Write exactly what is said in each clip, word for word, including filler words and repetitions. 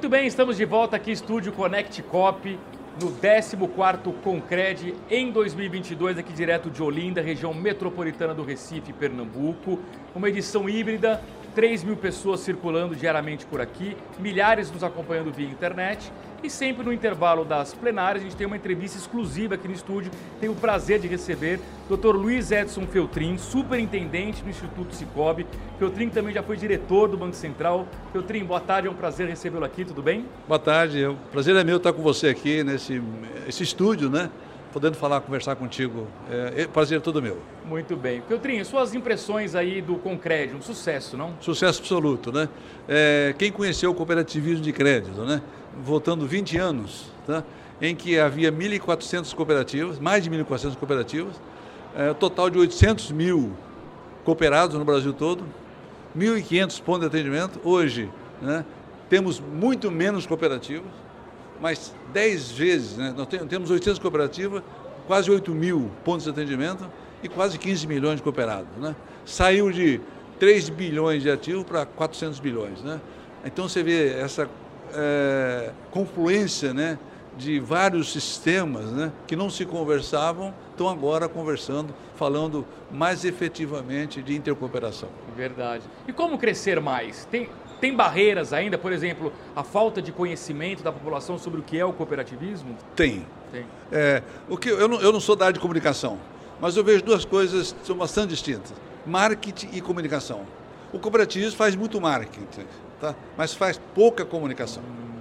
Muito bem, estamos de volta aqui, Estúdio Connect Cop, no décimo quarto Concred em dois mil e vinte e dois, aqui direto de Olinda, região metropolitana do Recife, Pernambuco. Uma edição híbrida, três mil pessoas circulando diariamente por aqui, milhares nos acompanhando via internet. E sempre no intervalo das plenárias, a gente tem uma entrevista exclusiva aqui no estúdio. Tenho o prazer de receber o doutor Luiz Edson Feltrin, superintendente do Instituto Sicoob. Feltrin também já foi diretor do Banco Central. Feltrin, boa tarde, é um prazer recebê-lo aqui, tudo bem? Boa tarde, o prazer é meu estar com você aqui nesse esse estúdio, né? Podendo falar, conversar contigo. É, é prazer é todo meu. Muito bem. Feltrin, suas impressões aí do Concred, um sucesso, não? Sucesso absoluto, né? É, quem conheceu o cooperativismo de crédito, né? Voltando vinte anos, tá? Em que havia mil e quatrocentas cooperativas, mais de mil e quatrocentas cooperativas, é, total de oitocentos mil cooperados no Brasil todo, mil e quinhentos pontos de atendimento. Hoje, né, temos muito menos cooperativas, mas dez vezes, né, nós temos oitocentas cooperativas, quase oito mil pontos de atendimento e quase quinze milhões de cooperados, né? Saiu de três bilhões de ativos para quatrocentos bilhões, né? Então você vê essa é, confluência, né, de vários sistemas, né, que não se conversavam, estão agora conversando, falando mais efetivamente de intercooperação. Verdade. E como crescer mais? Tem... Tem barreiras ainda, por exemplo, a falta de conhecimento da população sobre o que é o cooperativismo? Tem. Tem. É, o que, eu, não, eu não sou da área de comunicação, mas eu vejo duas coisas que são bastante distintas: marketing e comunicação. O cooperativismo faz muito marketing, tá? Mas faz pouca comunicação.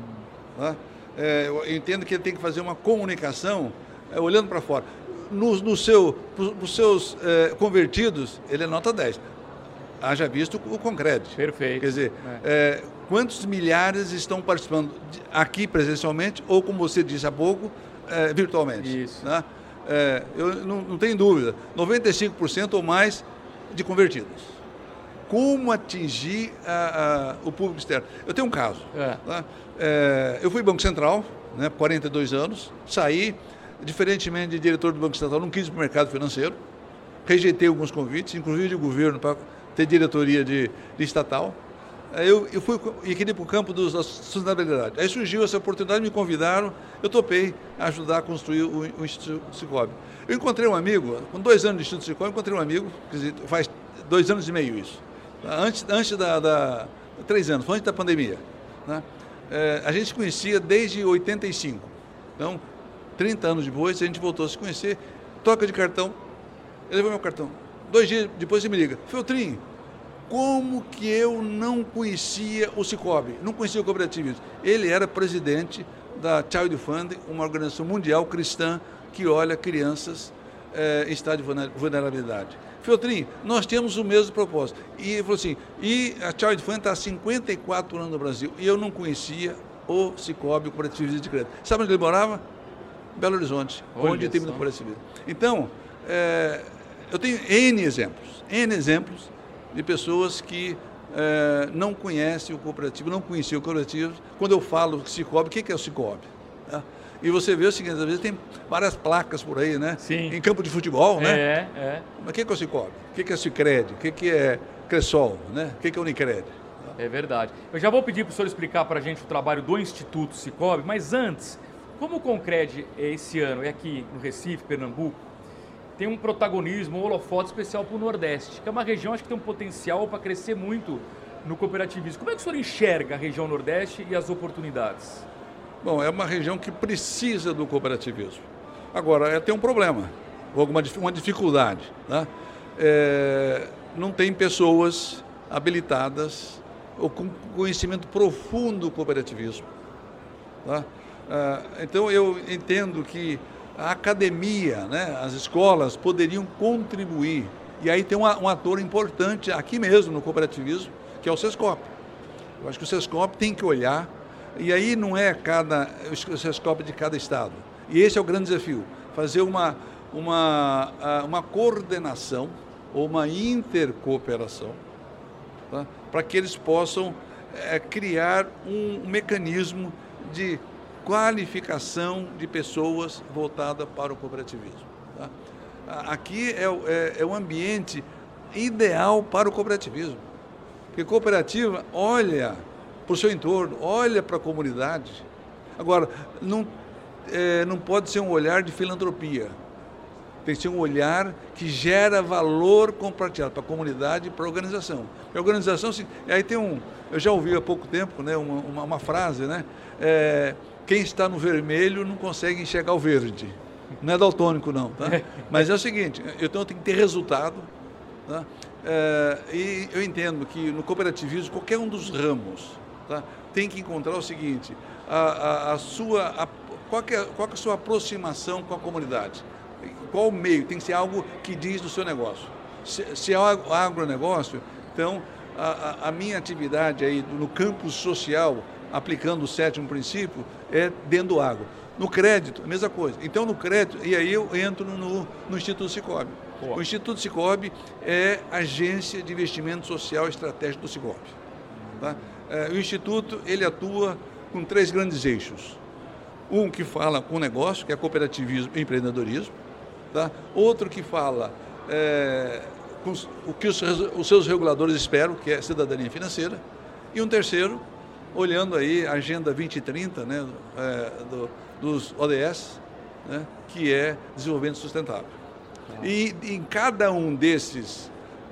Tá? É, eu entendo que ele tem que fazer uma comunicação é, olhando para fora. No, no seu, os seus é, convertidos, ele é nota dez. Haja visto o Concred. Perfeito. Quer dizer, é. É, quantos milhares estão participando aqui presencialmente ou, como você disse há pouco, é, virtualmente? Isso. Né? É, eu não, não tenho dúvida, noventa e cinco por cento ou mais de convertidos. Como atingir a, a, o público externo? Eu tenho um caso. É. Tá? É, eu fui Banco Central, né, por quarenta e dois anos, saí, diferentemente de diretor do Banco Central, não quis ir para o mercado financeiro, rejeitei alguns convites, inclusive de governo, para ter diretoria de, de estatal. Eu, eu fui e queria ir para o campo dos, da sustentabilidade. Aí surgiu essa oportunidade, me convidaram, eu topei ajudar a construir o, o Instituto Sicoob. Eu encontrei um amigo, com dois anos de Instituto Sicoob, encontrei um amigo, quer dizer, faz dois anos e meio isso, tá? antes, antes da, da, três anos, antes da pandemia. Né? É, a gente se conhecia desde oitenta e cinco, então, trinta anos depois, a gente voltou a se conhecer, troca de cartão, ele levou meu cartão. Dois dias depois você me liga: Feltrin, como que eu não conhecia o Sicoob, não conhecia o cooperativismo? Ele era presidente da Child Fund, uma organização mundial cristã que olha crianças é, em estado de vulnerabilidade. Feltrin, nós temos o mesmo propósito. E ele falou assim, e a Child Fund está há cinquenta e quatro anos no Brasil, e eu não conhecia o Sicoob, o cooperativismo de crédito. Sabe onde ele morava? Belo Horizonte, Olha onde tem muito cooperativismo. Então, é, eu tenho N exemplos, N exemplos de pessoas que é, não conhecem o cooperativo, não conheciam o cooperativo. Quando eu falo Sicoob, o que é o Sicoob? Tá? E você vê o seguinte, às vezes tem várias placas por aí, né? Sim. Em campo de futebol, né? É, é. Mas o que é o Sicoob? O que é o Sicredi? O que é Cressol? Né? O que é Unicred? É verdade. Eu já vou pedir para o senhor explicar para a gente o trabalho do Instituto Sicoob, mas antes, como o Concred esse ano é aqui no Recife, Pernambuco, tem um protagonismo, um holofote especial para o Nordeste, que é uma região acho que tem um potencial para crescer muito no cooperativismo. Como é que o senhor enxerga a região Nordeste e as oportunidades? Bom, é uma região que precisa do cooperativismo. Agora, tem um problema, alguma uma dificuldade. Né? É, não tem pessoas habilitadas ou com conhecimento profundo do cooperativismo. Tá? É, então, eu entendo que a academia, né, as escolas poderiam contribuir. E aí tem um, um ator importante aqui mesmo no cooperativismo, que é o Sescop. Eu acho que o Sescop tem que olhar, e aí não é cada, o Sescop de cada estado. E esse é o grande desafio, fazer uma, uma, uma coordenação ou uma intercooperação, tá, para que eles possam é, criar um, um mecanismo de qualificação de pessoas voltada para o cooperativismo. Tá? Aqui é, é, é um ambiente ideal para o cooperativismo, porque a cooperativa olha para o seu entorno, olha para a comunidade. Agora, não, é, não pode ser um olhar de filantropia. Tem que ser um olhar que gera valor compartilhado para a comunidade e para a organização. A organização, aí tem um, eu já ouvi há pouco tempo, né, uma, uma, uma frase, né, é, quem está no vermelho não consegue enxergar o verde. Não é daltônico não, tá? Mas é o seguinte, então eu tenho que ter resultado, tá? É, e eu entendo que no cooperativismo, qualquer um dos ramos, tá, tem que encontrar o seguinte, a, a, a sua, a, qual, que é, qual que é a sua aproximação com a comunidade? Qual o meio? Tem que ser algo que diz do seu negócio. Se, se é agronegócio, então a, a minha atividade aí no campo social, aplicando o sétimo princípio, é dentro do agro. No crédito, a mesma coisa. Então, no crédito, e aí eu entro no, no Instituto Sicoob. O Instituto Sicoob é agência de investimento social estratégico do Sicoob. Tá? É, o Instituto, ele atua com três grandes eixos. Um que fala com o negócio, que é cooperativismo e empreendedorismo. Tá? Outro que fala é, com o que os, os seus reguladores esperam, que é cidadania financeira. E um terceiro, olhando aí a Agenda vinte trinta, né, é, do, dos O D S, né, que é desenvolvimento sustentável. Ah. E em cada um desses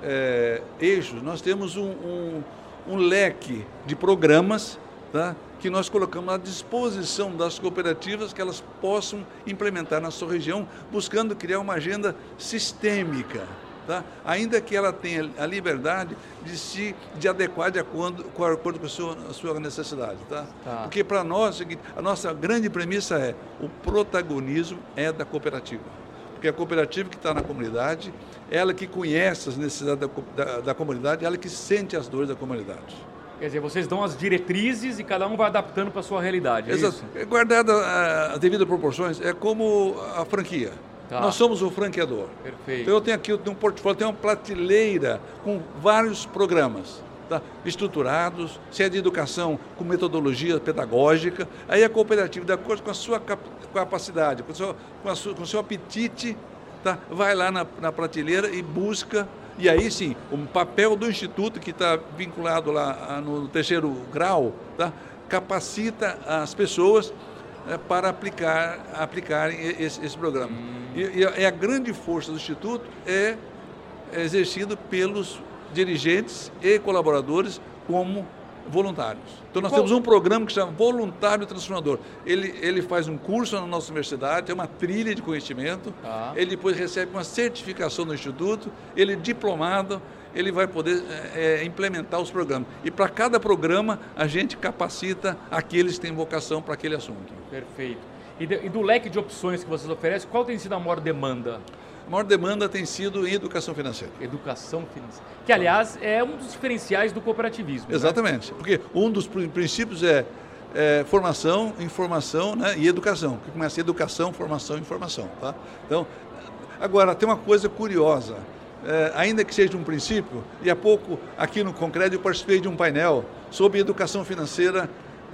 é, eixos, nós temos um, um, um leque de programas, tá, que nós colocamos à disposição das cooperativas que elas possam implementar na sua região, buscando criar uma agenda sistêmica, tá? Ainda que ela tenha a liberdade de se de adequar de acordo, de acordo com a sua, a sua necessidade. Tá? Tá. Porque para nós, a nossa grande premissa é o protagonismo é da cooperativa. Porque a cooperativa que está na comunidade, ela que conhece as necessidades da, da, da comunidade, ela que sente as dores da comunidade. Quer dizer, vocês dão as diretrizes e cada um vai adaptando para a sua realidade, é Exato. Isso? Guardada as devidas proporções, é como a franquia. Tá. Nós somos o franqueador. Perfeito. Então eu tenho aqui um portfólio, tenho uma prateleira com vários programas, tá, estruturados, se é de educação com metodologia pedagógica, aí a cooperativa, de acordo com a sua capacidade, com o seu, com a sua, com o seu apetite, tá, vai lá na, na prateleira e busca. E aí sim, o papel do Instituto, que está vinculado lá no terceiro grau, tá, capacita as pessoas é, para aplicar, aplicarem esse, esse programa. Hum. E, e a grande força do Instituto é exercida pelos dirigentes e colaboradores como voluntários. Então nós Qual? temos um programa que chama Voluntário Transformador. Ele, ele faz um curso na nossa universidade, tem uma trilha de conhecimento, ah. ele depois recebe uma certificação do Instituto, ele é diplomado, ele vai poder é, implementar os programas. E para cada programa a gente capacita aqueles que têm vocação para aquele assunto. Perfeito. E, de, e do leque de opções que vocês oferecem, qual tem sido a maior demanda? A maior demanda tem sido em educação financeira. Educação financeira. Que, aliás, é um dos diferenciais do cooperativismo. Exatamente. Né? Porque um dos princípios é, é formação, informação, né, e educação. Que começa educação, formação e informação. Tá? Então, agora, tem uma coisa curiosa. É, ainda que seja um princípio, e há pouco, aqui no Concred, eu participei de um painel sobre educação financeira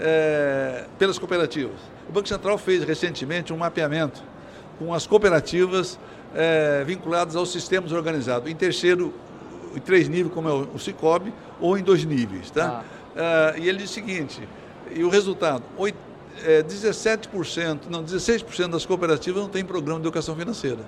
é, pelas cooperativas. O Banco Central fez recentemente um mapeamento com as cooperativas É, vinculados aos sistemas organizados, em terceiro e três níveis, como é o Sicoob, ou em dois níveis. Tá? Ah. Ah, e ele diz o seguinte, e o resultado, oito, é, dezessete por cento, não, dezesseis por cento das cooperativas não tem programa de educação financeira.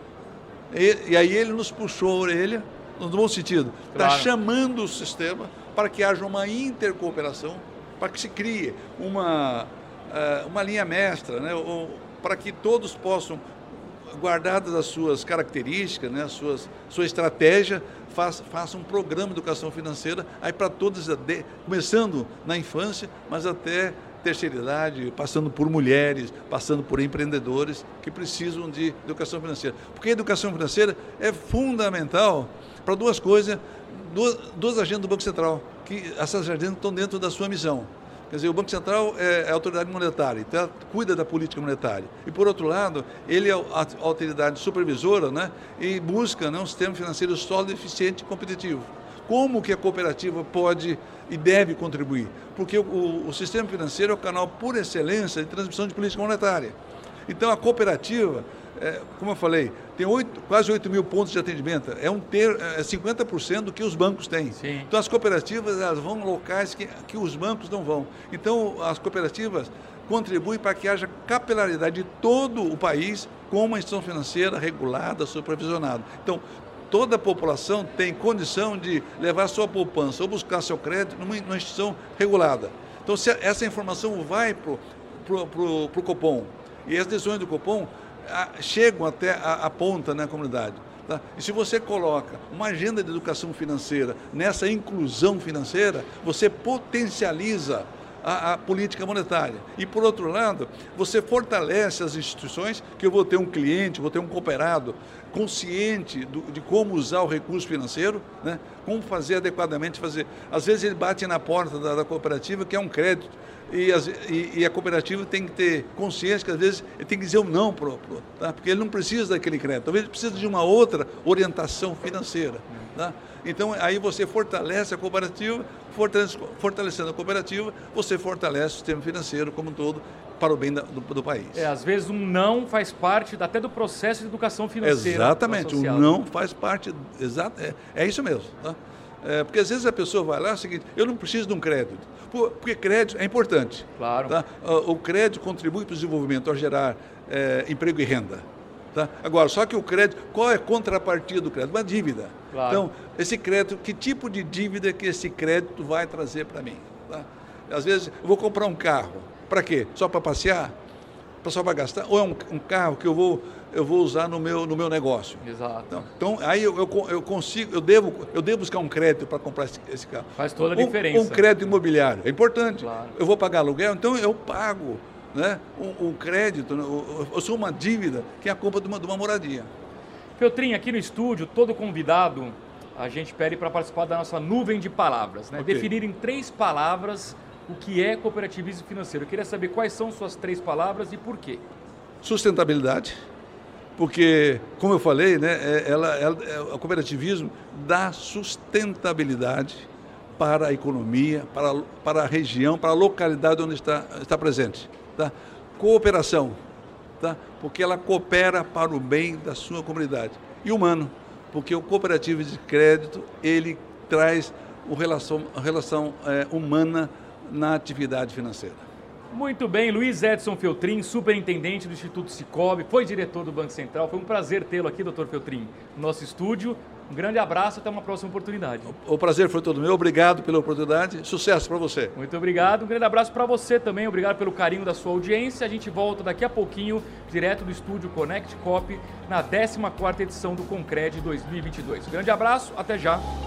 E, e aí ele nos puxou a orelha, no bom sentido, está claro. chamando o sistema para que haja uma intercooperação, para que se crie uma, uma linha mestra, né, ou, para que todos possam, guardadas as suas características, né, as suas, sua estratégia, faça, faça um programa de educação financeira, aí para todos, começando na infância, mas até terceira idade, passando por mulheres, passando por empreendedores que precisam de educação financeira. Porque a educação financeira é fundamental para duas coisas, duas, duas agendas do Banco Central, que essas agendas estão dentro da sua missão. Quer dizer, o Banco Central é a autoridade monetária, então cuida da política monetária. E, por outro lado, ele é a autoridade supervisora, né, e busca, né, um sistema financeiro sólido, eficiente e competitivo. Como que a cooperativa pode e deve contribuir? Porque o, o sistema financeiro é o canal por excelência de transmissão de política monetária. Então, a cooperativa é, como eu falei, tem oito, quase oito mil pontos de atendimento, é, um ter, é cinquenta por cento do que os bancos têm. Sim. Então as cooperativas elas vão em locais que, que os bancos não vão. Então as cooperativas contribuem para que haja capilaridade de todo o país com uma instituição financeira regulada, supervisionada. Então, toda a população tem condição de levar sua poupança ou buscar seu crédito numa, numa instituição regulada. Então, se essa informação vai para o Copom e as decisões do Copom a, chegam até a, a ponta na comunidade. Tá? E se você coloca uma agenda de educação financeira nessa inclusão financeira, você potencializa A, a política monetária. E, por outro lado, você fortalece as instituições, que eu vou ter um cliente, vou ter um cooperado consciente do, de como usar o recurso financeiro, né? Como fazer adequadamente. fazer. Às vezes ele bate na porta da, da cooperativa, que é um crédito, e, as, e, e a cooperativa tem que ter consciência que, às vezes, ele tem que dizer um não, pro, pro, tá? Porque ele não precisa daquele crédito, talvez ele precise de uma outra orientação financeira. Tá? Então, aí você fortalece a cooperativa, fortalece, fortalecendo a cooperativa, você fortalece o sistema financeiro como um todo para o bem da, do, do país. É, às vezes um não faz parte até do processo de educação financeira. Exatamente, um não faz parte, exato, é, é isso mesmo. Tá? É, porque às vezes a pessoa vai lá, é o seguinte, eu não preciso de um crédito, porque crédito é importante. Claro. Tá? O crédito contribui para o desenvolvimento, ao gerar é, emprego e renda. Tá? Agora, só que o crédito, qual é a contrapartida do crédito? Uma dívida. Claro. Então, esse crédito, que tipo de dívida que esse crédito vai trazer para mim? Tá? Às vezes, eu vou comprar um carro, para quê? Só para passear? Só para gastar? Ou é um, um carro que eu vou, eu vou usar no meu, no meu negócio? Exato. Então, então aí eu, eu, eu consigo, eu devo, eu devo buscar um crédito para comprar esse, esse carro. Faz toda a um, diferença. Um crédito imobiliário, é importante. Claro. Eu vou pagar aluguel, então eu pago. Né? Um, um crédito, eu sou uma dívida que é a culpa de uma, de uma moradia. Feltrin, aqui no estúdio, todo convidado, a gente pede para participar da nossa nuvem de palavras, né? Okay. Definir em três palavras o que é cooperativismo financeiro. Eu queria saber quais são suas três palavras e por quê. Sustentabilidade, porque, como eu falei, né, ela, ela, o cooperativismo dá sustentabilidade para a economia, para, para a região, para a localidade onde está, está presente. Tá? Cooperação, tá? Porque ela coopera para o bem da sua comunidade. E humano, porque o cooperativo de crédito, ele traz a relação, a relação é, humana na atividade financeira. Muito bem, Luiz Edson Feltrin, superintendente do Instituto Sicoob, foi diretor do Banco Central. Foi um prazer tê-lo aqui, doutor Feltrin, no nosso estúdio. Um grande abraço, até uma próxima oportunidade. O prazer foi todo meu, obrigado pela oportunidade, sucesso para você. Muito obrigado, um grande abraço para você também, obrigado pelo carinho da sua audiência. A gente volta daqui a pouquinho, direto do estúdio Connect Cop, na décima quarta edição do Concred dois mil e vinte e dois. Um grande abraço, até já.